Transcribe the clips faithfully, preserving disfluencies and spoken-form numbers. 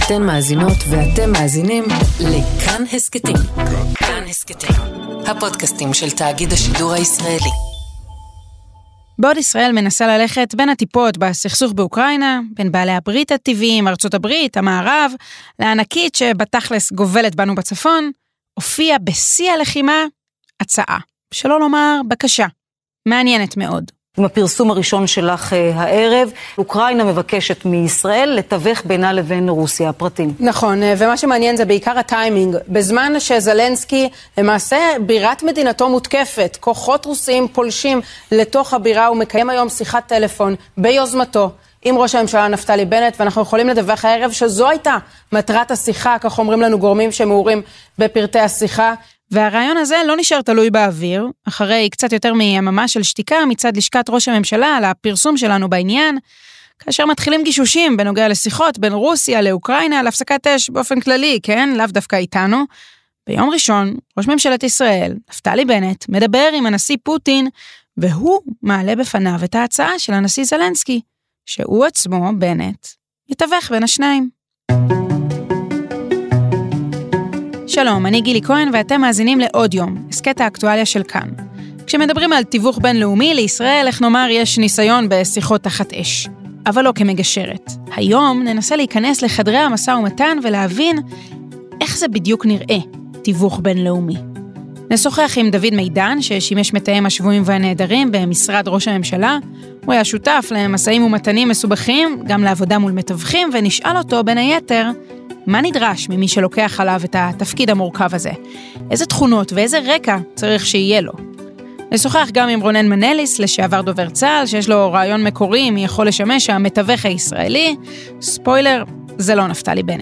אתן מאזינות ואתם מאזינים לכאן הסקטים. כאן הסקטים, הפודקאסטים של תאגיד השידור הישראלי. בעוד ישראל מנסה ללכת בין הטיפות בסכסוך באוקראינה, בין בעלי הברית הטבעיים, ארצות הברית, המערב, לענקית שבתכלס גובלת בנו בצפון, הופיע בשיא הלחימה הצעה, שלא לומר בקשה, מעניינת מאוד. עם הפרסום הראשון שלך הערב, אוקראינה מבקשת מישראל לתווך בינה לבין רוסיה הפרטים. נכון, ומה שמעניין זה בעיקר הטיימינג. בזמן שזלנסקי למעשה בירת מדינתו מותקפת, כוחות רוסיים פולשים לתוך הבירה, הוא מקיים היום שיחת טלפון ביוזמתו עם ראש הממשלה נפתלי בנט, ואנחנו יכולים לדווח הערב שזו הייתה מטרת השיחה, כך אומרים לנו גורמים שמעורים בפרטי השיחה. והרעיון הזה לא נשאר תלוי באוויר, אחרי קצת יותר מיממה של שתיקה מצד לשכת ראש הממשלה על הפרסום שלנו בעניין, כאשר מתחילים גישושים בנוגע לשיחות בין רוסיה לאוקראינה על הפסקת אש באופן כללי, כן? לאו דווקא איתנו. ביום ראשון, ראש ממשלת ישראל, נפתלי בנט, מדבר עם הנשיא פוטין, והוא מעלה בפניו את ההצעה של הנשיא זלנסקי, שהוא עצמו, בנט, יתווך בין השניים. שלום, אני גילי כהן ואתם מאזינים לעוד יום, הסקט האקטואליה של כאן. כשמדברים על תיווך בינלאומי לישראל, איך נאמר, יש ניסיון בשיחות תחת אש, אבל לא כמגשרת. היום ננסה להיכנס לחדרי המשא ומתן ולהבין איך זה בדיוק נראה, תיווך בינלאומי. נשוחח עם דוד מידן, ששימש מתאם השבויים והנעדרים במשרד ראש הממשלה. הוא היה שותף למשאים ומתנים מסובכים, גם לעבודה מול מתווכים, ונשאל אותו בין היתר, מה נדרש ממי שלוקח עליו את התפקיד המורכב הזה? איזה תכונות ואיזה רקע צריך שיהיה לו? נשוחח גם עם רונן מנליס, לשעבר דובר צה"ל, שיש לו רעיון מקורי מי יכול לשמש המתווך הישראלי. ספוילר, זה לא נפתלי בנט.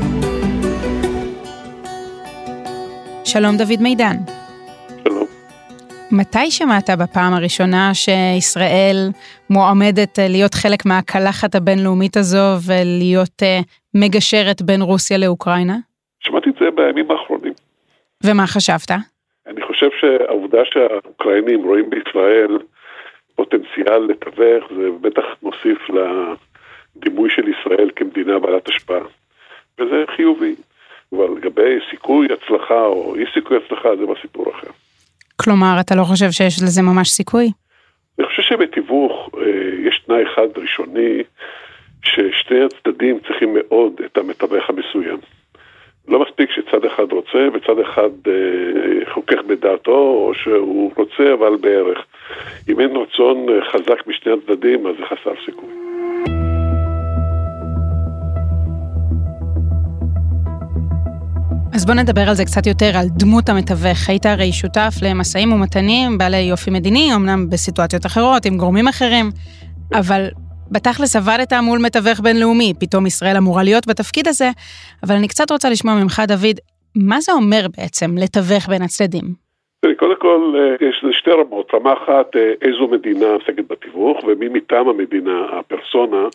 שלום דוד מידן. שלום. מתי שמעת בפעם הראשונה שישראל מועמדת להיות חלק מהקלחת הבינלאומית הזו ולהיות מגשרת בין רוסיה לאוקראינה? שמעתי את זה בימים האחרונים. ומה חשבת? אני חושב שהעובדה שהאוקראינים רואים בישראל פוטנציאל לתווך, זה בטח מוסיף לדימוי של ישראל כמדינה בעלת השפעה. וזה חיובי. אבל לגבי סיכוי הצלחה או אי סיכוי הצלחה, זה בסיפור אחר. כלומר, אתה לא חושב שיש לזה ממש סיכוי? אני חושב שבתיווך יש תנאי אחד ראשוני, ששתי הצדדים צריכים מאוד את המתווך המסוים. לא מספיק שצד אחד רוצה וצד אחד אה, חוכך בדעתו, או שהוא רוצה אבל בערך. אם אין רצון חזק משני הצדדים, אז זה חסר סיכוי. אז בוא נדבר על זה קצת יותר, על דמות המתווך. היית הרי שותף למשאים ומתנים בעלי יופי מדיני, אמנם בסיטואציות אחרות, עם גורמים אחרים, אבל בתכלס עבדת מול מתווך בינלאומי, פתאום ישראל אמורה להיות בתפקיד הזה, אבל אני קצת רוצה לשמוע ממך, דוד, מה זה אומר בעצם לתווך בין הצדדים? קודם כל, יש שתי רמות, רמה אחת, איזו מדינה עוסקת בתיווך, ומי מטעם המדינה, הפרסונה,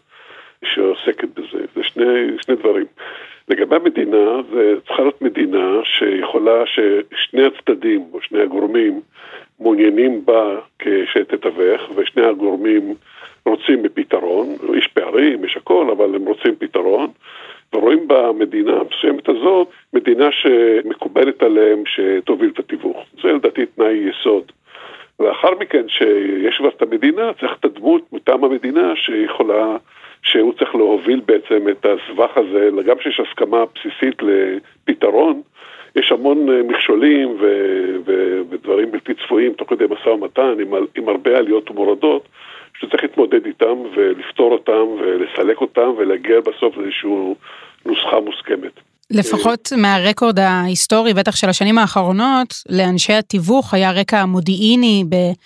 שעוסקת בזה. זה שני, שני דברים. לגבי המדינה, זה צריכה להיות מדינה שיכולה ששני הצדדים, או שני הגורמים, מעוניינים בה כשתתווך, ושני הגורמים רוצים בפתרון, יש פערים, יש הכל, אבל הם רוצים פתרון, ורואים במדינה המסוימת הזאת, מדינה שמקובלת עליהם שתוביל את התיווך. זה לדעתי תנאי יסוד. לאחר מכן, שיש כבר את המדינה, צריך את הדמות מטעם המדינה שיכולה, שהוא צריך להוביל בעצם את הסבך הזה, גם שיש הסכמה בסיסית לפתרון, יש המון מכשולים ו- ו- ודברים בלתי צפויים, תוך כדי משא ומתן, עם, עם הרבה עליות ומורדות, שצריך להתמודד איתם ולפתור אותם ולסלק אותם ולהגיע בסוף לאיזושהי נוסחה מוסכמת. לפחות מהרקורד ההיסטורי, בטח של השנים האחרונות, לאנשי התיווך היה רקע מודיעיני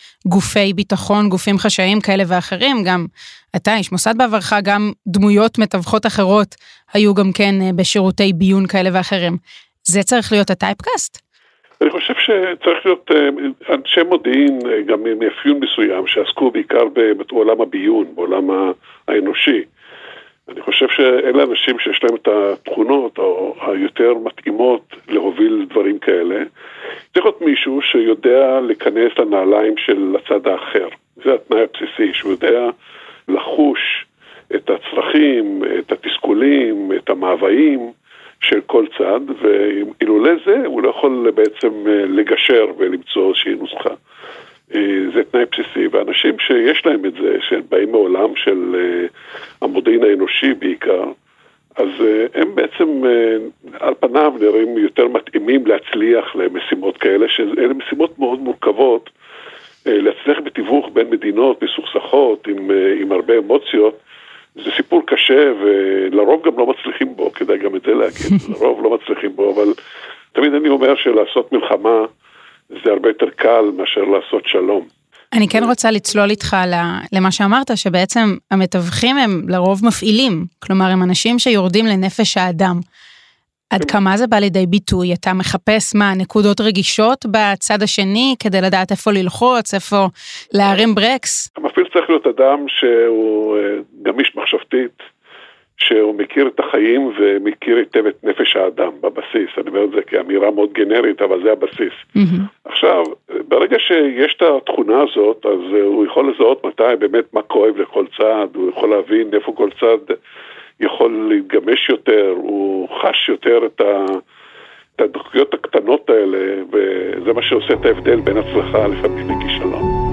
בגופי ביטחון, גופים חשאיים כאלה ואחרים, גם אתה איש מוסד בעברך, גם דמויות מתווכות אחרות היו גם כן בשירותי ביון כאלה ואחרים. זה צריך להיות הטייפקאסט? אני חושב שצריך להיות אנשי מודיעין, גם מאפיון מסוים, שעסקו בעיקר בעולם הביון, בעולם האנושי. אני חושב שאלה אנשים שיש להם את התכונות היותר מתאימות להוביל דברים כאלה. צריך להיות מישהו שיודע להיכנס לנעליים של הצד האחר. זה התנאי הבסיסי, שהוא יודע לחוש את הצרכים, את התסכולים, את המאבק. המאוויים של כל צד, ואילולא זה הוא לא יכול בעצם לגשר ולמצוא איזושהי נוסחה. זה תנאי בסיסי, ואנשים שיש להם את זה, שהם באים מעולם של המודיעין האנושי בעיקר, אז הם בעצם על פניו נראים יותר מתאימים להצליח למשימות כאלה, שאלה משימות מאוד מורכבות, להצליח בתיווך בין מדינות מסוכסכות עם, עם הרבה אמוציות. זה סיפור קשה ולרוב גם לא מצליחים בו, כדאי גם את זה להגיד, לרוב לא מצליחים בו, אבל תמיד אני אומר שלעשות מלחמה זה הרבה יותר קל מאשר לעשות שלום. אני כן רוצה לצלול איתך למה שאמרת, שבעצם המתווכים הם לרוב מפעילים, כלומר הם אנשים שיורדים לנפש האדם. עד כמה זה בא לידי ביטוי? אתה מחפש מה, נקודות רגישות בצד השני, כדי לדעת איפה ללחוץ, איפה להרים ברקס? המפעיל צריך להיות אדם שהוא גמיש מחשבתית, שהוא מכיר את החיים ומכיר היטב את נפש האדם בבסיס. אני אומר את זה כאמירה מאוד גנרית, אבל זה הבסיס. Mm-hmm. עכשיו, ברגע שיש את התכונה הזאת, אז הוא יכול לזהות מתי באמת מה כואב לכל צד, הוא יכול להבין איפה כל צד יכול להתגמש יותר, הוא חש יותר את, ה... את הדחויות הקטנות האלה, וזה מה שעושה את ההבדל בין הצלחה לפעמים לכישלון.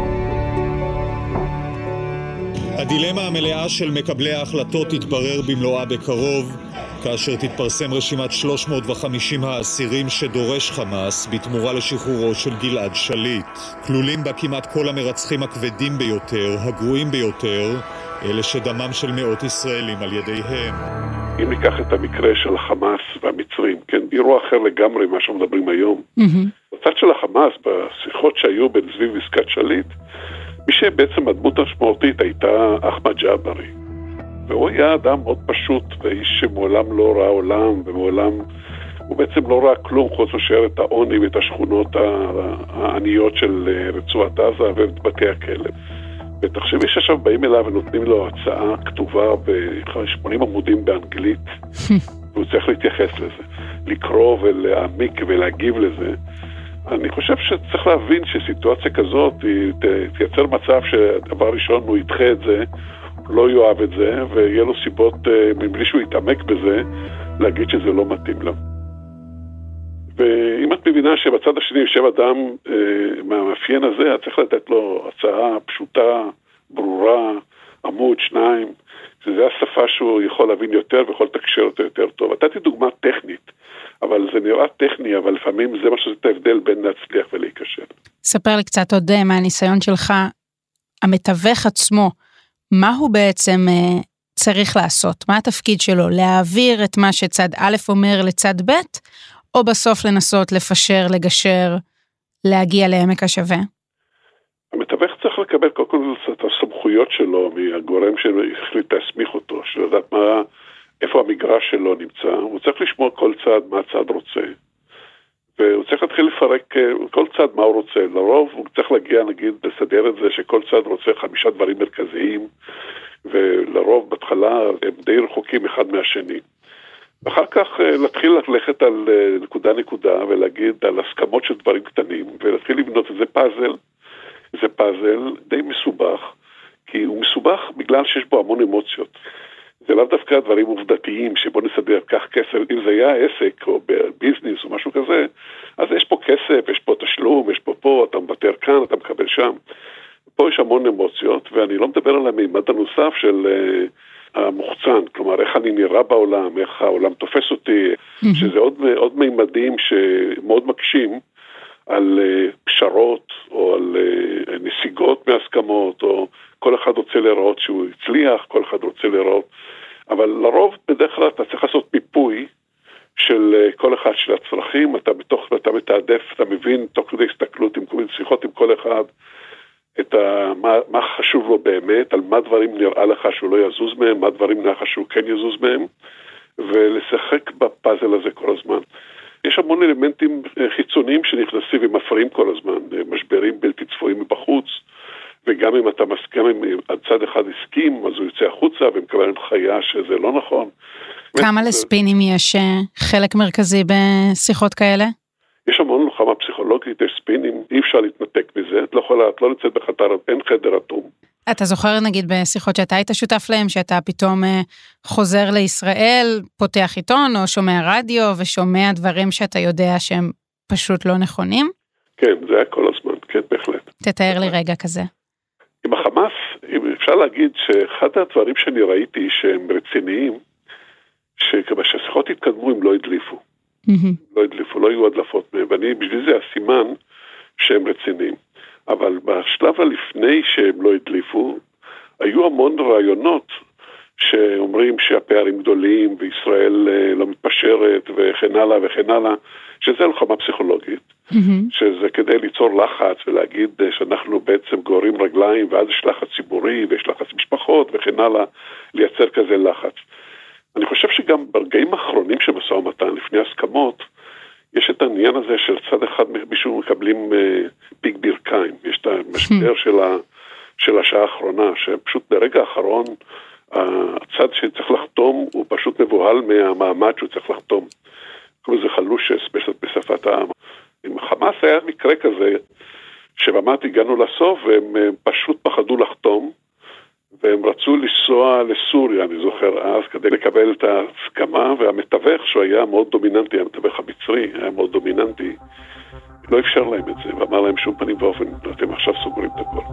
הדילמה המלאה של מקבלי ההחלטות תתברר במלואה בקרוב, כאשר תתפרסם רשימת שלוש מאות וחמישים האסירים שדורש חמאס בתמורה לשחרורו של גלעד שליט. כלולים בה כמעט כל המרצחים הכבדים ביותר, הגרועים ביותר, אלה שדמם של מאות ישראלים על ידיהם. אם ניקח את המקרה של החמאס והמצרים, כן, אירוע אחר לגמרי מה שמדברים היום. Mm-hmm. בצד של החמאס, בשיחות שהיו בין סביב עסקת שליט, מי שבעצם הדמות המשמעותית הייתה אחמד ג'אברי. והוא היה אדם מאוד פשוט, ואיש שמעולם לא ראה עולם, ומעולם הוא בעצם לא ראה כלום, חוץ מאשר את העוני ואת השכונות העניות של רצועת עזה ואת בתי הכלא. ותחשבי שעכשיו באים אליו ונותנים לו הצעה כתובה ב-שמונים עמודים באנגלית, והוא צריך להתייחס לזה, לקרוא ולהעמיק ולהגיב לזה. אני חושב שצריך להבין שסיטואציה כזאת היא תייצר מצב שדבר ראשון הוא ידחה את זה, לא יאהב את זה, ויהיה לו סיבות מבלי שהוא יתעמק בזה, להגיד שזה לא מתאים לו. ואם את מבינה שבצד השני יושב אדם אה, מהמאפיין הזה, את צריך לתת לו הצעה פשוטה, ברורה, עמוד, שניים, שזה השפה שהוא יכול להבין יותר ויכול לתקשר אותו יותר טוב. נתתי דוגמה טכנית, אבל זה נראה טכני, אבל לפעמים זה מה שזה ההבדל בין להצליח ולהיקשר. ספר לי קצת עוד מהניסיון שלך, המתווך עצמו, מה הוא בעצם אה, צריך לעשות? מה התפקיד שלו? להעביר את מה שצד א' אומר לצד ב', או בסוף לנסות לפשר, לגשר, להגיע לעמק השווה? המתווך צריך לקבל כל כל את הסמכויות שלו מהגורם שהחליט להסמיך אותו, שלדעת מה, איפה המגרש שלו נמצא. הוא צריך לשמוע כל צד מה הצד רוצה, והוא צריך להתחיל לפרק כל צד מה הוא רוצה. לרוב הוא צריך להגיע, נגיד, לסדר את זה שכל צד רוצה חמישה דברים מרכזיים, ולרוב בהתחלה הם די רחוקים אחד מהשני. ואחר כך להתחיל ללכת על נקודה נקודה ולהגיד על הסכמות של דברים קטנים, ולהתחיל לבנות איזה פאזל. זה פאזל די מסובך, כי הוא מסובך בגלל שיש בו המון אמוציות. זה לאו דווקא דברים עובדתיים שבוא נסדר כך כסף, אם זה היה עסק או ביזנס או משהו כזה, אז יש פה כסף, יש פה תשלום, יש פה פה, אתה מוותר כאן, אתה מקבל שם. פה יש המון אמוציות, ואני לא מדבר על המימד הנוסף של המוחצן, כלומר איך אני נראה בעולם, איך העולם תופס אותי, שזה עוד, עוד מימדים שמאוד מקשים על פשרות או על נסיגות מהסכמות, או כל אחד רוצה לראות שהוא הצליח, כל אחד רוצה לראות, אבל לרוב בדרך כלל אתה צריך לעשות מיפוי של כל אחד של הצרכים, אתה בתוך, אתה מתעדף, אתה מבין תוך כדי הסתכלות, עם שיחות עם כל אחד, את ה, מה, מה חשוב לו באמת, על מה דברים נראה לך שהוא לא יזוז מהם, מה דברים נראה לך שהוא כן יזוז מהם, ולשחק בפאזל הזה כל הזמן. יש המון אלמנטים חיצוניים שנכנסים ומפריעים כל הזמן, משברים בלתי צפויים מבחוץ, וגם אם אתה מסכים, אם הצד אחד הסכים, אז הוא יוצא החוצה ומקבל הנחיה שזה לא נכון. כמה לספינים יש חלק מרכזי בשיחות כאלה? יש המון לוחמה פסיכולוגית. פוליטית, יש ספינים, אי אפשר להתנתק מזה, את לא יכולה, את לא לצאת בחדר, אין חדר אטום. אתה זוכר נגיד בשיחות שאתה היית שותף להם, שאתה פתאום חוזר לישראל, פותח עיתון או שומע רדיו ושומע דברים שאתה יודע שהם פשוט לא נכונים? כן, זה היה כל הזמן, כן, בהחלט. תתאר לי רגע כזה. עם החמאס, אפשר להגיד שאחד הדברים שאני ראיתי שהם רציניים, שכשהשיחות התקדמו הם לא הדליפו. לא הדליפו, לא היו הדלפות מהם, ואני, בשביל זה הסימן שהם רציניים. אבל בשלב הלפני שהם לא הדליפו, היו המון רעיונות שאומרים שהפערים גדולים וישראל לא מתפשרת וכן הלאה וכן הלאה, שזה לוחמה פסיכולוגית, mm-hmm. שזה כדי ליצור לחץ ולהגיד שאנחנו בעצם גוררים רגליים ואז יש לחץ ציבורי ויש לחץ משפחות וכן הלאה, לייצר כזה לחץ. אני חושב שגם ברגעים האחרונים של משא ומתן, לפני הסכמות, יש את העניין הזה של צד אחד מישהו מקבלים פיק ברכיים, יש את המשבר של, ה, של השעה האחרונה, שפשוט ברגע האחרון, הצד שצריך לחתום הוא פשוט מבוהל מהמעמד שהוא צריך לחתום. כמו זה חלושס בשפת העם. עם חמאס היה מקרה כזה, שבאמת הגענו לסוף והם פשוט פחדו לחתום, והם רצו לנסוע לסוריה, אני זוכר אז, כדי לקבל את ההסכמה, והמתווך שהוא היה מאוד דומיננטי, המתווך המצרי היה מאוד דומיננטי, לא אפשר להם את זה, ואמר להם שום פנים ואופן, אתם עכשיו סוגרים את הכל.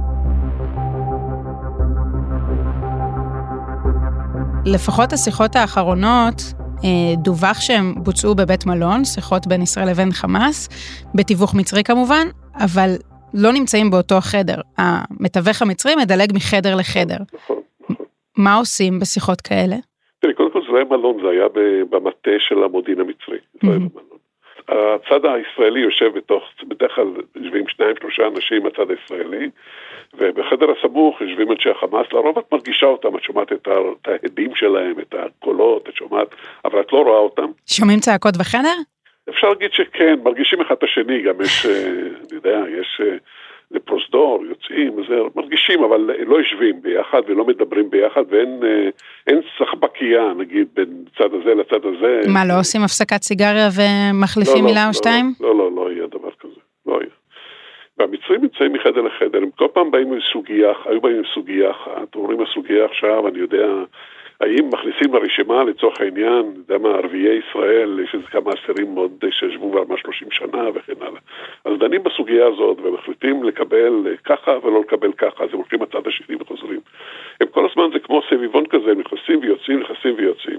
לפחות השיחות האחרונות, דווח שהם בוצעו בבית מלון, שיחות בין ישראל לבין חמאס, בתיווך מצרי כמובן, אבל לא נמצאים באותו חדר. המתווך המצרי מדלג מחדר לחדר. נכון, נכון. מה עושים בשיחות כאלה? תראי, קודם כל זה לא היה מלון, זה היה במטה של המודיעין המצרי. זה לא היה במלון. הצד הישראלי יושב בתוך, בדרך כלל יושבים שניים, שלושה אנשים מהצד הישראלי, ובחדר הסמוך יושבים אנשי החמאס, לרוב את מרגישה אותם, את שומעת את ההדים שלהם, את הקולות, את שומעת, אבל את לא רואה אותם. שומעים צעקות בחדר? אפשר להגיד שכן, מרגישים אחד את השני, גם יש, אני יודע, יש לפרוזדור, יוצאים, זה, מרגישים, אבל לא יושבים ביחד ולא מדברים ביחד, ואין אין סחבקייה, נגיד, בין צד הזה לצד הזה. מה, לא עושים הפסקת סיגריה ומחליפים לא, מילה לא, או שתיים? לא, לא, לא, לא יהיה דבר כזה, לא יהיה. והמצרים נמצאים מחדר לחדר, הם כל פעם באים מסוגיה, היו באים מסוגיה אחת, אומרים הסוגיה עכשיו, אני יודע, האם מכניסים לרשימה לצורך העניין, יודע מה, ערביי ישראל, יש איזה כמה אסירים מאוד שישבו כבר שלושים שנה וכן הלאה. אז דנים בסוגיה הזאת ומחליטים לקבל ככה ולא לקבל ככה, אז הם הולכים הצד השני וחוזרים. הם כל הזמן זה כמו סביבון כזה, הם נכנסים ויוצאים, נכנסים ויוצאים,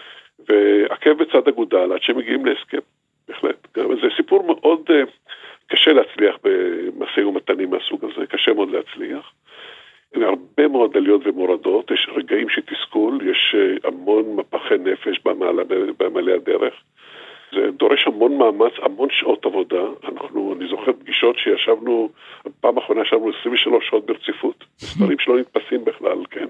ועקב בצד אגודל עד שהם מגיעים להסכם, בהחלט. זה סיפור מאוד קשה להצליח במשאים ומתנים מהסוג הזה, קשה מאוד להצליח. עם הרבה מאוד עליות ומורדות, יש רגעים שתסכול, יש המון מפחי נפש במעלה הדרך. זה דורש המון מאמץ, המון שעות עבודה. אנחנו, אני זוכר פגישות שישבנו, פעם האחרונה ישבנו עשרים ושלוש שעות ברציפות. מספרים שלא נתפסים בכלל, כן.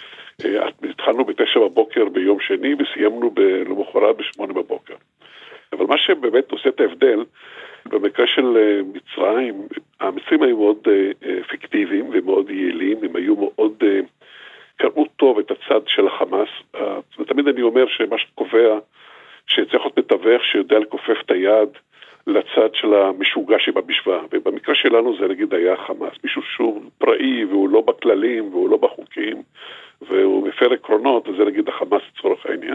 התחלנו בתשע בבוקר ביום שני וסיימנו למחרת בשמונה בבוקר. אבל מה שבאמת עושה את ההבדל, במקרה של מצרים, המצרים היו מאוד אפקטיביים ומאוד יעילים, הם היו מאוד, קראו טוב את הצד של החמאס, ותמיד אני אומר שמה שקובע, שצריך להיות מתווך שיודע לכופף את היד לצד של המשוגע שבמשוואה, ובמקרה שלנו זה נגיד היה חמאס, מישהו שהוא פראי והוא לא בכללים והוא לא בחוקים, והוא מפר עקרונות, וזה נגיד החמאס לצורך העניין,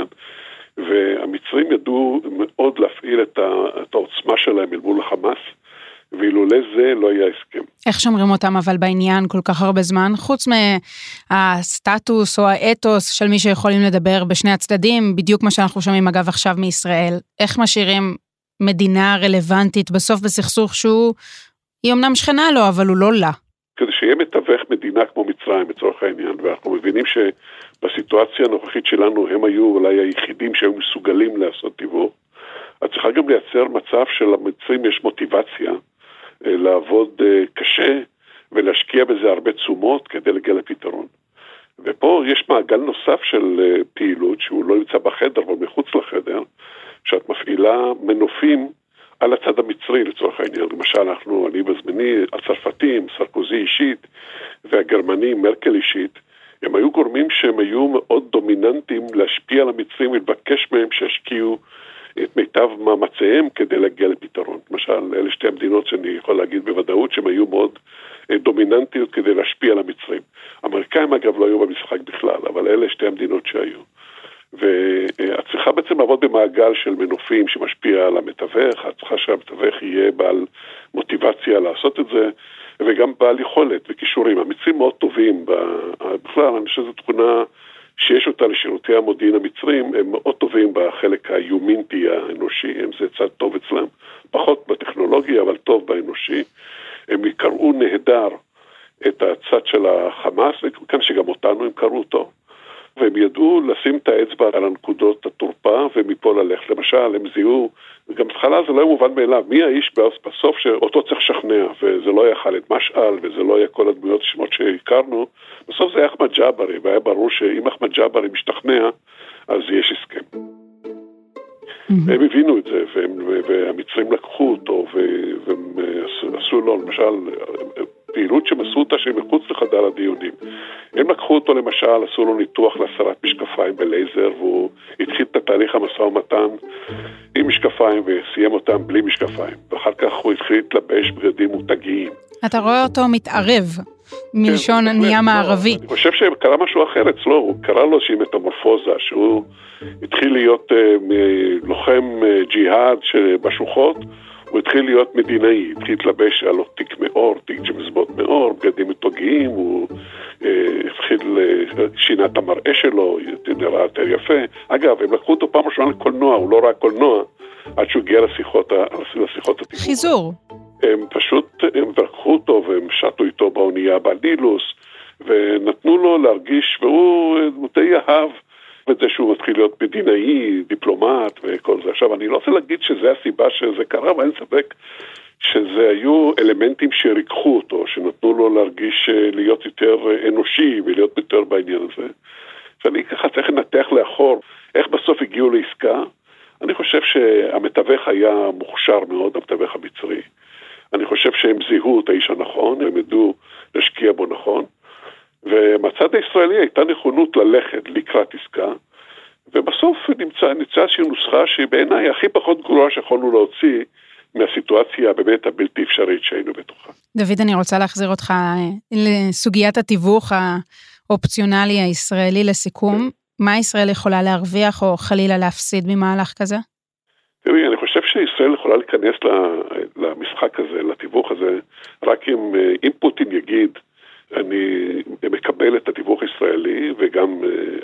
והמצרים ידעו מאוד להפעיל את, ה, את העוצמה שלהם אל מול החמאס, ואילולא זה לא היה הסכם. איך שומרים אותם אבל בעניין כל כך הרבה זמן? חוץ מהסטטוס או האתוס של מי שיכולים לדבר בשני הצדדים, בדיוק מה שאנחנו שומעים אגב עכשיו מישראל, איך משאירים מדינה רלוונטית בסוף בסכסוך שהוא, היא אמנם שכנה לו, אבל הוא לא לה. כדי שיהיה מתווך מדינה כמו מצרים בצורך העניין, ואנחנו מבינים שבסיטואציה הנוכחית שלנו הם היו אולי היחידים שהיו מסוגלים לעשות תיווך, אז צריכה גם לייצר מצב שלמצרים יש מוטיבציה לעבוד קשה ולהשקיע בזה הרבה תשומות כדי להגיע לפתרון. ופה יש מעגל נוסף של פעילות שהוא לא נמצא בחדר אבל מחוץ לחדר, שאת מפעילה מנופים על הצד המצרי לצורך העניין. למשל אנחנו, אני בזמני, הצרפתים, סרקוזי אישית והגרמנים, מרקל אישית, הם היו גורמים שהם היו מאוד דומיננטיים להשפיע על המצרים ולבקש מהם שישקיעו את מיטב מאמציהם כדי להגיע לפתרון. למשל, אלה שתי המדינות שאני יכול להגיד בוודאות שהן היו מאוד דומיננטיות כדי להשפיע על המצרים. האמריקאים אגב לא היו במשחק בכלל, אבל אלה שתי המדינות שהיו. ואת צריכה בעצם לעבוד במעגל של מנופים שמשפיע על המתווך, את צריכה שהמתווך יהיה בעל מוטיבציה לעשות את זה, וגם בעל יכולת וקישורים. המצרים מאוד טובים, בכלל אני חושב שזו תכונה שיש אותה לשירותי המודיעין המצרים, הם מאוד טובים בחלק היומינטי האנושי, הם זה צד טוב אצלם, פחות בטכנולוגיה אבל טוב באנושי. הם יקראו נהדר את הצד של החמאס, וכאן שגם אותנו הם קראו אותו, והם ידעו לשים את האצבע על הנקודות התורפה ומפה ללכת. למשל, הם זיהו, גם התחלה זה לא היה מובן מאליו, מי האיש בסוף שאותו צריך לשכנע, וזה לא היה חאלד משעל, וזה לא היה כל הדמויות שמות שהכרנו, בסוף זה היה אחמד ג'אברי, והיה ברור שאם אחמד ג'אברי משתכנע, אז יש הסכם. Mm-hmm. הם הבינו את זה, והם, והמצרים לקחו אותו, והם עשו לו, למשל, פעילות שהם עשו אותה שהם מחוץ לחדר הדיונים. הם לקחו אותו למשל, עשו לו ניתוח להסרת משקפיים בלייזר, והוא התחיל את התהליך המשא ומתן עם משקפיים, וסיים אותם בלי משקפיים. ואחר כך הוא התחיל להתלבש בגדים מותגיים. אתה רואה אותו מתערב, מלשון כן, נהיה מערבי. אני חושב שקרה משהו אחר אצלו, הוא קרא לו שהיא מטמורפוזה, שהוא התחיל להיות uh, לוחם uh, ג'יהאד בשוחות, הוא התחיל להיות מדינאי, התחיל להתלבש על תיק מאור, תיק ג'מזבוט מאור, בגדים מתוגיים, הוא אה, התחיל, אה, שינה את המראה שלו, נראה יותר יפה. אגב, הם לקחו אותו פעם ראשונה לקולנוע, הוא לא ראה קולנוע, עד שהוא הגיע לשיחות, לשיחות התיווך. חיזור. הם פשוט, הם לקחו אותו והם שטו איתו באונייה בנילוס, ונתנו לו להרגיש, והוא די אהב, את זה שהוא מתחיל להיות מדינאי, דיפלומט וכל זה. עכשיו, אני לא רוצה להגיד שזה הסיבה שזה קרה, אבל אין ספק שזה היו אלמנטים שריקחו אותו, שנתנו לו להרגיש להיות יותר אנושי ולהיות יותר בעניין הזה. ואני ככה צריך לנתח לאחור איך בסוף הגיעו לעסקה. אני חושב שהמתווך היה מוכשר מאוד, המתווך המצרי. אני חושב שהם זיהו את האיש הנכון, הם ידעו להשקיע בו נכון. ומצד הישראלי הייתה נכונות ללכת לקראת עסקה, ובסוף נמצא, נמצא שהיא נוסחה שהיא בעיניי הכי פחות גרועה שיכולנו להוציא מהסיטואציה באמת הבלתי אפשרית שהיינו בתוכה. דוד, אני רוצה להחזיר אותך לסוגיית התיווך האופציונלי הישראלי לסיכום. מה ישראל יכולה להרוויח או חלילה להפסיד במהלך כזה? תראי, אני חושב שישראל יכולה להיכנס למשחק הזה, לתיווך הזה, רק אם, אם פוטין יגיד, אני מקבל את התיווך הישראלי, וגם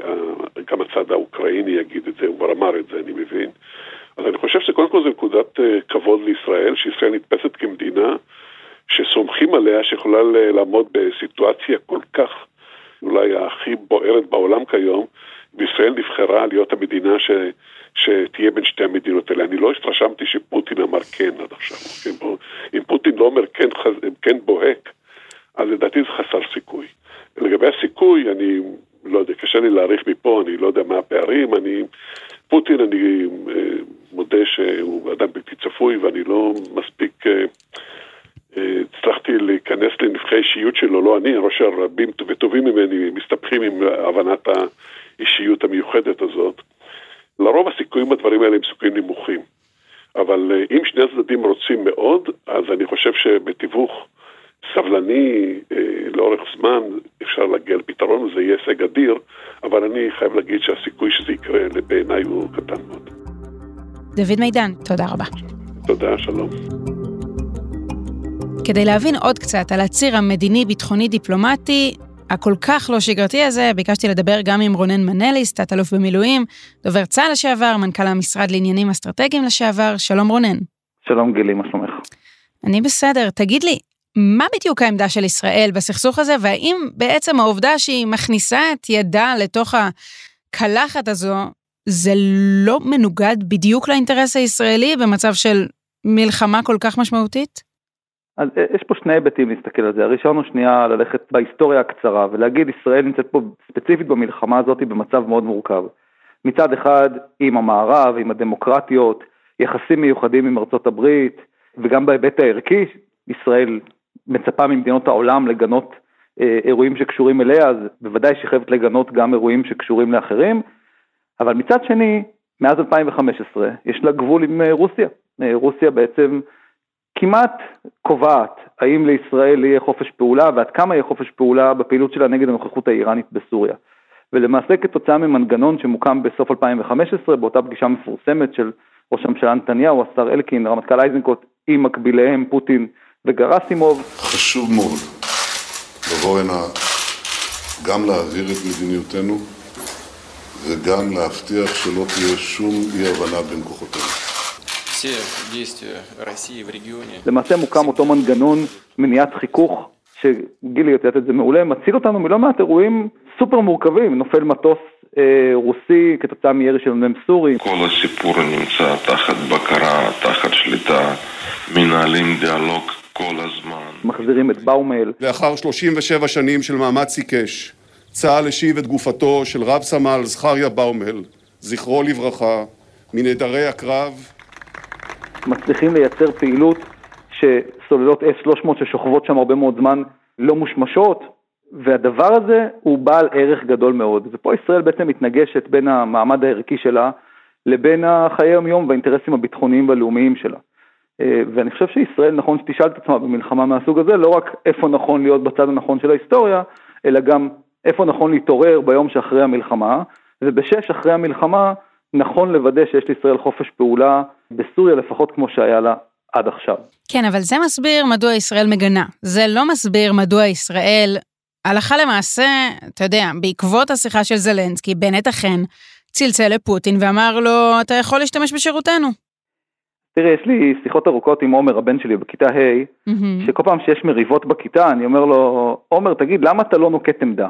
גם הצד האוקראיני יגיד את זה, הוא כבר אמר את זה, אני מבין. אז אני חושב שקודם כל זה נקודת כבוד לישראל, שישראל נתפסת כמדינה שסומכים עליה, שיכולה לעמוד בסיטואציה כל כך, אולי הכי בוערת בעולם כיום, וישראל נבחרה להיות המדינה ש, שתהיה בין שתי המדינות האלה. אני לא התרשמתי שפוטין אמר כן עד עכשיו. אם פוטין לא אומר כן, כן בוהק, אז לדעתי זה חסר סיכוי. לגבי הסיכוי, אני לא יודע, קשה לי להעריך מפה, אני לא יודע מה הפערים, אני, פוטין אני אה, מודה שהוא אדם בלתי צפוי, ואני לא מספיק אה, אה, הצלחתי להיכנס לנבחי אישיות שלו, לא אני, ראש הרבים וטובים ממני, מסתבכים עם הבנת האישיות המיוחדת הזאת. לרוב הסיכויים בדברים האלה הם סיכויים נמוכים, אבל אה, אם שני הצדדים רוצים מאוד, אז אני חושב שבתיווך סבלני, לאורך זמן, אפשר להגיע לפתרון, זה יהיה הישג אדיר, אבל אני חייב להגיד שהסיכוי שזה יקרה בעיניי הוא קטן מאוד. דוד מידן, תודה רבה. תודה, שלום. כדי להבין עוד קצת על הציר המדיני-ביטחוני-דיפלומטי, הכל כך לא שגרתי הזה, ביקשתי לדבר גם עם רונן מנליס, תת-אלוף במילואים, דובר צה"ל לשעבר, מנכ"ל המשרד לעניינים אסטרטגיים לשעבר. שלום רונן. שלום גילי, מה שלומך? אני בסדר, תגיד לי, מה בדיוק העמדה של ישראל בסכסוך הזה, והאם בעצם העובדה שהיא מכניסה את ידה לתוך הקלחת הזו, זה לא מנוגד בדיוק לאינטרס הישראלי במצב של מלחמה כל כך משמעותית? אז יש פה שני היבטים להסתכל על זה. הראשון הוא שנייה ללכת בהיסטוריה הקצרה, ולהגיד ישראל נמצאת פה ספציפית במלחמה הזאת במצב מאוד מורכב. מצד אחד עם המערב, עם הדמוקרטיות, יחסים מיוחדים עם ארצות הברית, וגם בהיבט הערכי, ישראל מצפה ממדינות העולם לגנות אה, אירועים שקשורים אליה, אז בוודאי שחייבת לגנות גם אירועים שקשורים לאחרים, אבל מצד שני, מאז אלפיים וחמש עשרה יש לה גבול עם רוסיה. רוסיה בעצם כמעט קובעת האם לישראל יהיה חופש פעולה ועד כמה יהיה חופש פעולה בפעילות שלה נגד הנוכחות האיראנית בסוריה. ולמעשה כתוצאה ממנגנון שמוקם בסוף אלפיים וחמש עשרה באותה פגישה מפורסמת של ראש הממשלה נתניהו, השר אלקין, רמטכ"ל איזנקוט עם מקביליהם פוטין וגרסימוב. חשוב מאוד לבוא הנה גם להעביר את מדיניותנו וגם להבטיח שלא תהיה שום אי הבנה בין כוחותינו. למעשה מוקם אותו מנגנון מניעת חיכוך שגילי יוצאת את זה מעולה, מציל אותנו מלא מעט אירועים סופר מורכבים, נופל מטוס אה, רוסי כתוצאה מירי של מ"ם סורי. כל הסיפור נמצא תחת בקרה, תחת שליטה, מנהלים דיאלוג כל הזמן. מחזירים את באומל. לאחר שלושים ושבע שנים של מאמץ עיקש, צה"ל השיב את גופתו של רב סמל זכריה באומל, זכרו לברכה, מנעדרי הקרב. מצליחים לייצר פעילות שסוללות אס שלוש מאות ששוכבות שם הרבה מאוד זמן לא מושמשות, והדבר הזה הוא בעל ערך גדול מאוד. ופה ישראל בעצם מתנגשת בין המעמד הערכי שלה לבין החיי היום והאינטרסים הביטחוניים והלאומיים שלה. ואני חושב שישראל נכון שתשאל את עצמה במלחמה מהסוג הזה, לא רק איפה נכון להיות בצד הנכון של ההיסטוריה, אלא גם איפה נכון להתעורר ביום שאחרי המלחמה, ובשש אחרי המלחמה נכון לוודא שיש לישראל חופש פעולה בסוריה לפחות כמו שהיה לה עד עכשיו. כן, אבל זה מסביר מדוע ישראל מגנה. זה לא מסביר מדוע ישראל, הלכה למעשה, אתה יודע, בעקבות השיחה של זלנסקי, בנט אכן צלצל לפוטין ואמר לו, אתה יכול להשתמש בשירותנו. תראה, יש לי שיחות ארוכות עם עומר, הבן שלי, בכיתה ה', mm-hmm. שכל פעם שיש מריבות בכיתה, אני אומר לו, עומר, תגיד, למה אתה לא נוקט עמדה?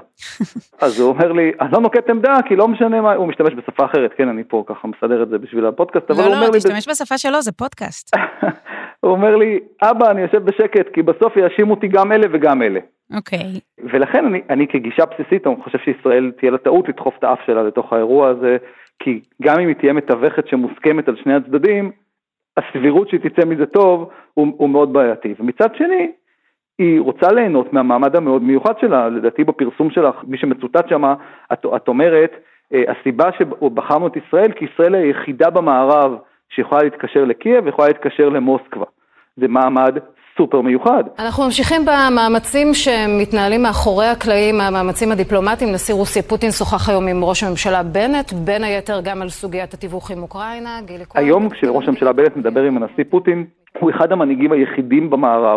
אז הוא אומר לי, אני לא נוקט עמדה, כי לא משנה מה, הוא משתמש בשפה אחרת, כן, אני פה ככה מסדר את זה בשביל הפודקאסט, אבל לא, הוא אומר לא, לי... תשתמש בשפה שלו, זה פודקאסט. הוא אומר לי, אבא, אני יושב בשקט, כי בסוף יאשימו אותי גם אלה וגם אלה. אוקיי. ולכן אני, אני כגישה בסיסית, אני חושב שישראל תהיה לה טעות לדחוף את האף שלה לתוך האירוע הזה, כי גם אם היא תהיה מתווכת שמוסכמת על שני הצדדים, הסבירות שהיא תצא מזה טוב הוא, הוא מאוד בעייתי. ומצד שני, היא רוצה ליהנות מהמעמד המאוד מיוחד שלה, לדעתי בפרסום שלך, מי שמצוטט שמה, את, את אומרת, הסיבה שבחרנו את ישראל, כי ישראל היא היחידה במערב שיכולה להתקשר לקייב ויכולה להתקשר למוסקבה. זה מעמד סופר מיוחד. אנחנו ממשיכים במאמצים שמתנהלים מאחורי הקלעים, המאמצים הדיפלומטיים. נשיא רוסיה פוטין שוחח היום עם ראש הממשלה בנט, בין היתר גם על סוגיית התיווך עם אוקראינה. היום כשראש הממשלה בנט מדבר עם הנשיא פוטין, הוא אחד המנהיגים היחידים במערב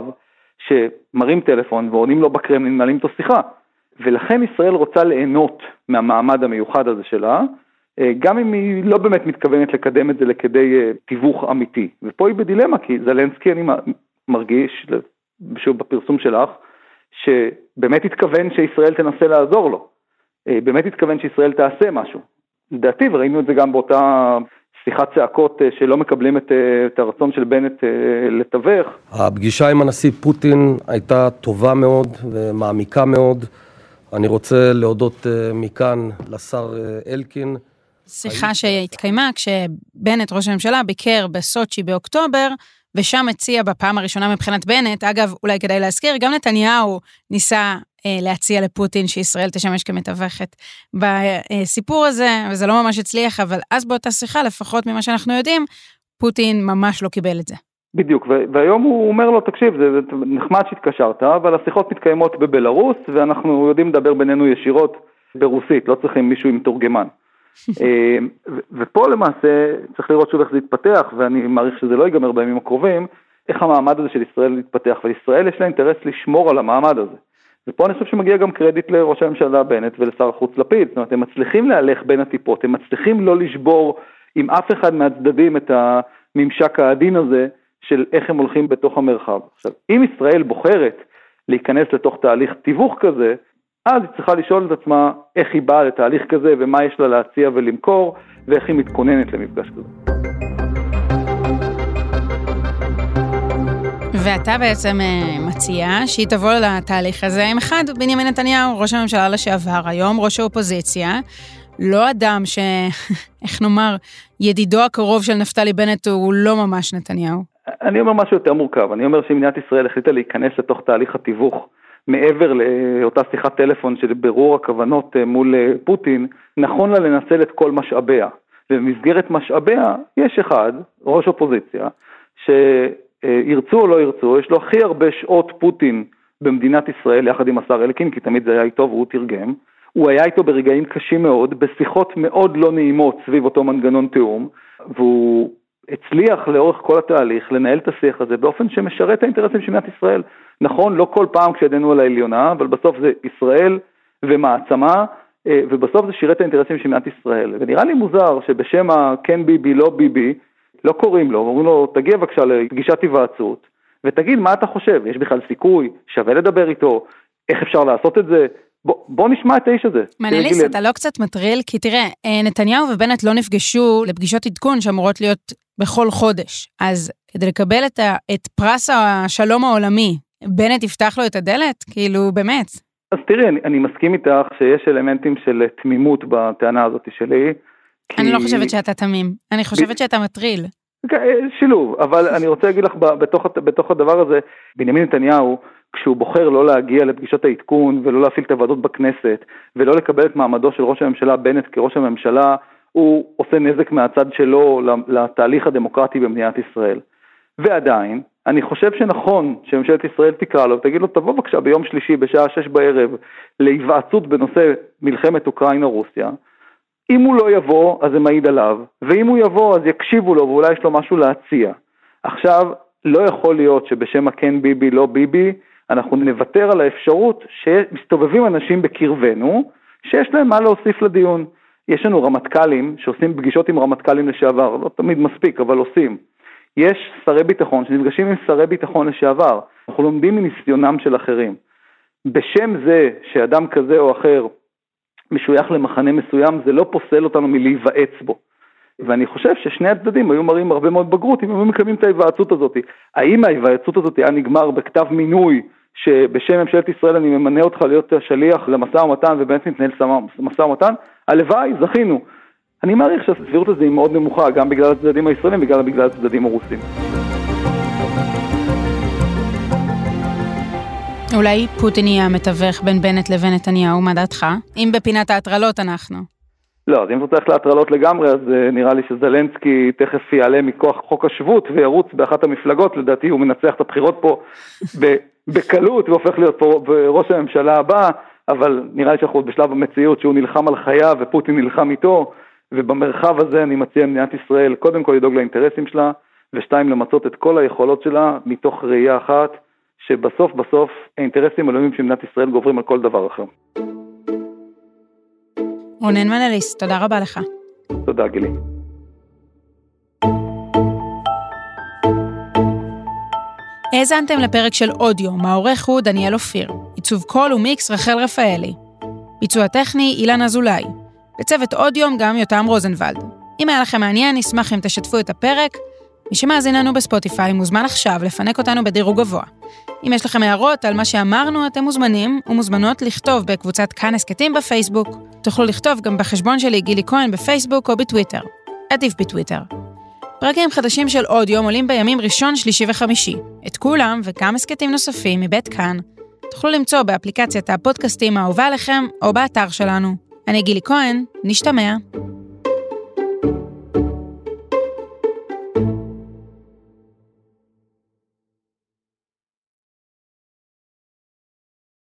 שמרים טלפון ועונים לו בקרמלין, מנהלים אותו שיחה. ולכן ישראל רוצה ליהנות מהמעמד המיוחד הזה שלה, גם אם היא לא באמת מתכוונת לקדם את זה לכדי תיווך אמיתי. ופה היא בדילמה, כי זלנסקי אני מרגיש, שוב בפרסום שלך, שבאמת התכוון שישראל תנסה לעזור לו. באמת התכוון שישראל תעשה משהו. לדעתי, וראינו את זה גם באותה שיחת צעקות שלא מקבלים את, את הרצון של בנט לתווך. הפגישה עם הנשיא פוטין הייתה טובה מאוד ומעמיקה מאוד. אני רוצה להודות מכאן לשר אלקין. שיחה שהתקיימה כשבנט ראש הממשלה ביקר בסוצ'י באוקטובר, ושם הציע בפעם הראשונה מבחינת בנט, אגב, אולי כדאי להזכיר, גם נתניהו ניסה אה, להציע לפוטין שישראל תשמש כמתווכת בסיפור הזה, וזה לא ממש הצליח, אבל אז באותה שיחה, לפחות ממה שאנחנו יודעים, פוטין ממש לא קיבל את זה. בדיוק, והיום הוא אומר לו, תקשיב, זה, זה נחמד שהתקשרת, אבל השיחות מתקיימות בבלרוס, ואנחנו יודעים לדבר בינינו ישירות ברוסית, לא צריכים מישהו עם תורגמן. ופה למעשה צריך לראות שוב איך זה יתפתח, ואני מעריך שזה לא ייגמר בימים הקרובים, איך המעמד הזה של ישראל יתפתח, ולישראל יש לה אינטרס לשמור על המעמד הזה. ופה אני חושב שמגיע גם קרדיט לראש הממשלה בנט ולשר החוץ לפיד, זאת אומרת, הם מצליחים להלך בין הטיפות, הם מצליחים לא לשבור עם אף אחד מהצדדים את הממשק העדין הזה, של איך הם הולכים בתוך המרחב. עכשיו, אם ישראל בוחרת להיכנס לתוך תהליך תיווך כזה, אז היא צריכה לשאול את עצמה איך היא באה לתהליך כזה, ומה יש לה להציע ולמכור, ואיך היא מתכוננת למפגש כזה. ואתה בעצם מציע שהיא תבוא לתהליך הזה עם אחד, בנימין נתניהו, ראש הממשלה לשעבר, היום ראש האופוזיציה, לא אדם ש... איך נאמר, ידידו הקרוב של נפתלי בנט הוא לא ממש נתניהו. אני אומר משהו יותר מורכב, אני אומר שמדינת ישראל החליטה להיכנס לתוך תהליך התיווך, מעבר לאותה שיחת טלפון של ברור הכוונות מול פוטין, נכון לה לנצל את כל משאביה. ובמסגרת משאביה יש אחד, ראש אופוזיציה, שירצו או לא ירצו, יש לו הכי הרבה שעות פוטין במדינת ישראל, יחד עם השר אלקין, כי תמיד זה היה איתו והוא תרגם, הוא היה איתו ברגעים קשים מאוד, בשיחות מאוד לא נעימות סביב אותו מנגנון תיאום, והוא הצליח לאורך כל התהליך לנהל את השיח הזה באופן שמשרת את האינטרסים של מדינת ישראל. נכון, לא כל פעם כשידענו על העליונה, אבל בסוף זה ישראל ומעצמה, ובסוף זה שירת את האינטרסים של מדינת ישראל. ונראה לי מוזר שבשם כן ביבי, לא ביבי, לא קוראים לו, אומרים לו, תגיע בבקשה לפגישת היוועצות, ותגיד מה אתה חושב, יש בכלל סיכוי, שווה לדבר איתו, איך אפשר לעשות את זה? בוא, בוא נשמע את האיש הזה. מנליס, אתה לא קצת מטריל, כי תראה, נתניהו ובנט לא נפגשו לפגישות עדכון שאמורות להיות בכל חודש, אז כדי לקבל את, ה, את פרס השלום העולמי, בנט יפתח לו את הדלת? כאילו, באמת. אז תראי, אני, אני מסכים איתך שיש אלמנטים של תמימות בטענה הזאת שלי. כי... אני לא חושבת שאתה תמים, אני חושבת ב... שאתה מטריל. שילוב, אבל אני רוצה להגיד לך בתוך, בתוך הדבר הזה, בנימין נתניהו, כשהוא בוחר לא להגיע לפגישות העדכון ולא להפעיל את הוועדות בכנסת ולא לקבל את מעמדו של ראש הממשלה בנט כראש הממשלה, הוא עושה נזק מהצד שלו לתהליך הדמוקרטי במדינת ישראל. ועדיין, אני חושב שנכון שממשלת ישראל תקרא לו ותגיד לו, תבוא בבקשה ביום שלישי בשעה שש בערב להיוועצות בנושא מלחמת אוקראינה-רוסיה. אם הוא לא יבוא, אז זה מעיד עליו, ואם הוא יבוא, אז יקשיבו לו ואולי יש לו משהו להציע. עכשיו, לא יכול להיות שבשם הכן ביבי, לא ביבי, אנחנו נוותר על האפשרות שמסתובבים אנשים בקרבנו, שיש להם מה להוסיף לדיון. יש לנו רמטכ"לים שעושים פגישות עם רמטכ"לים לשעבר, לא תמיד מספיק, אבל עושים. יש שרי ביטחון שנפגשים עם שרי ביטחון לשעבר, אנחנו לומדים מניסיונם של אחרים. בשם זה שאדם כזה או אחר משוייך למחנה מסוים, זה לא פוסל אותנו מלהיוועץ בו. ואני חושב ששני הצדדים היו מראים הרבה מאוד בגרות אם הם מקיימים את ההיוועצות הזאת. האם ההיוועצות הזאת היה נגמר בכתב מינוי שבשם ממשלת ישראל אני ממנה אותך להיות שליח למשא ומתן ובאמת נתנהל משא ומתן? הלוואי, זכינו. אני מעריך שהסבירות הזאת היא מאוד נמוכה, גם בגלל הצדדים הישראלים וגם בגלל הצדדים הרוסים. אולי פוטין יהיה המתווך בין בנט לבין נתניהו, מה דעתך? אם בפינת ההטרלות אנחנו. לא, אז אם אתה צריך להטרלות לגמרי, אז נראה לי שזלנסקי תכף יעלה מכוח חוק השבות וירוץ באחת המפלגות, לדעתי הוא מנצח את הבחירות פה בקלות והופך להיות פה ראש הממשלה הבא, אבל נראה לי שאנחנו בשלב המציאות שהוא נלחם על חייו ופוטין נלחם איתו, ובמרחב הזה אני מציע למדינת ישראל קודם כל לדאוג לאינטרסים שלה, ושתיים למצות את כל היכולות שלה מתוך ראייה אחת, שבסוף בסוף האינטרסים הלאומיים של מדינת ישראל גוברים על כל דבר אחר. רונן מנליס, תודה רבה לך. תודה גילי. האזנתם לפרק של אודיו, העורך הוא דניאל אופיר. עיצוב קול ומיקס רחל רפאלי. ביצוע טכני אילן אזולאי. בצוות אודיו גם יותם רוזנבלד. אם היה לכם מעניין, נשמח אם תשתפו את הפרק. מי שמאזין לנו בספוטיפיי מוזמן עכשיו לפנק אותנו בדירוג גבוה. אם יש לכם הערות על מה שאמרנו, אתם מוזמנים ומוזמנות לכתוב בקבוצת כאן הסקטים בפייסבוק. תוכלו לכתוב גם בחשבון שלי גילי כהן בפייסבוק או בטוויטר. עדיף בטוויטר. פרקים חדשים של אודיו עולים בימים ראשון, שלישי וחמישי. את כולם וגם הסקטים נוספים מבית כאן תוכלו למצוא באפליקציית הפודקאסטים האהובה עליכם או באתר שלנו. אני גילי כהן, נשתמע.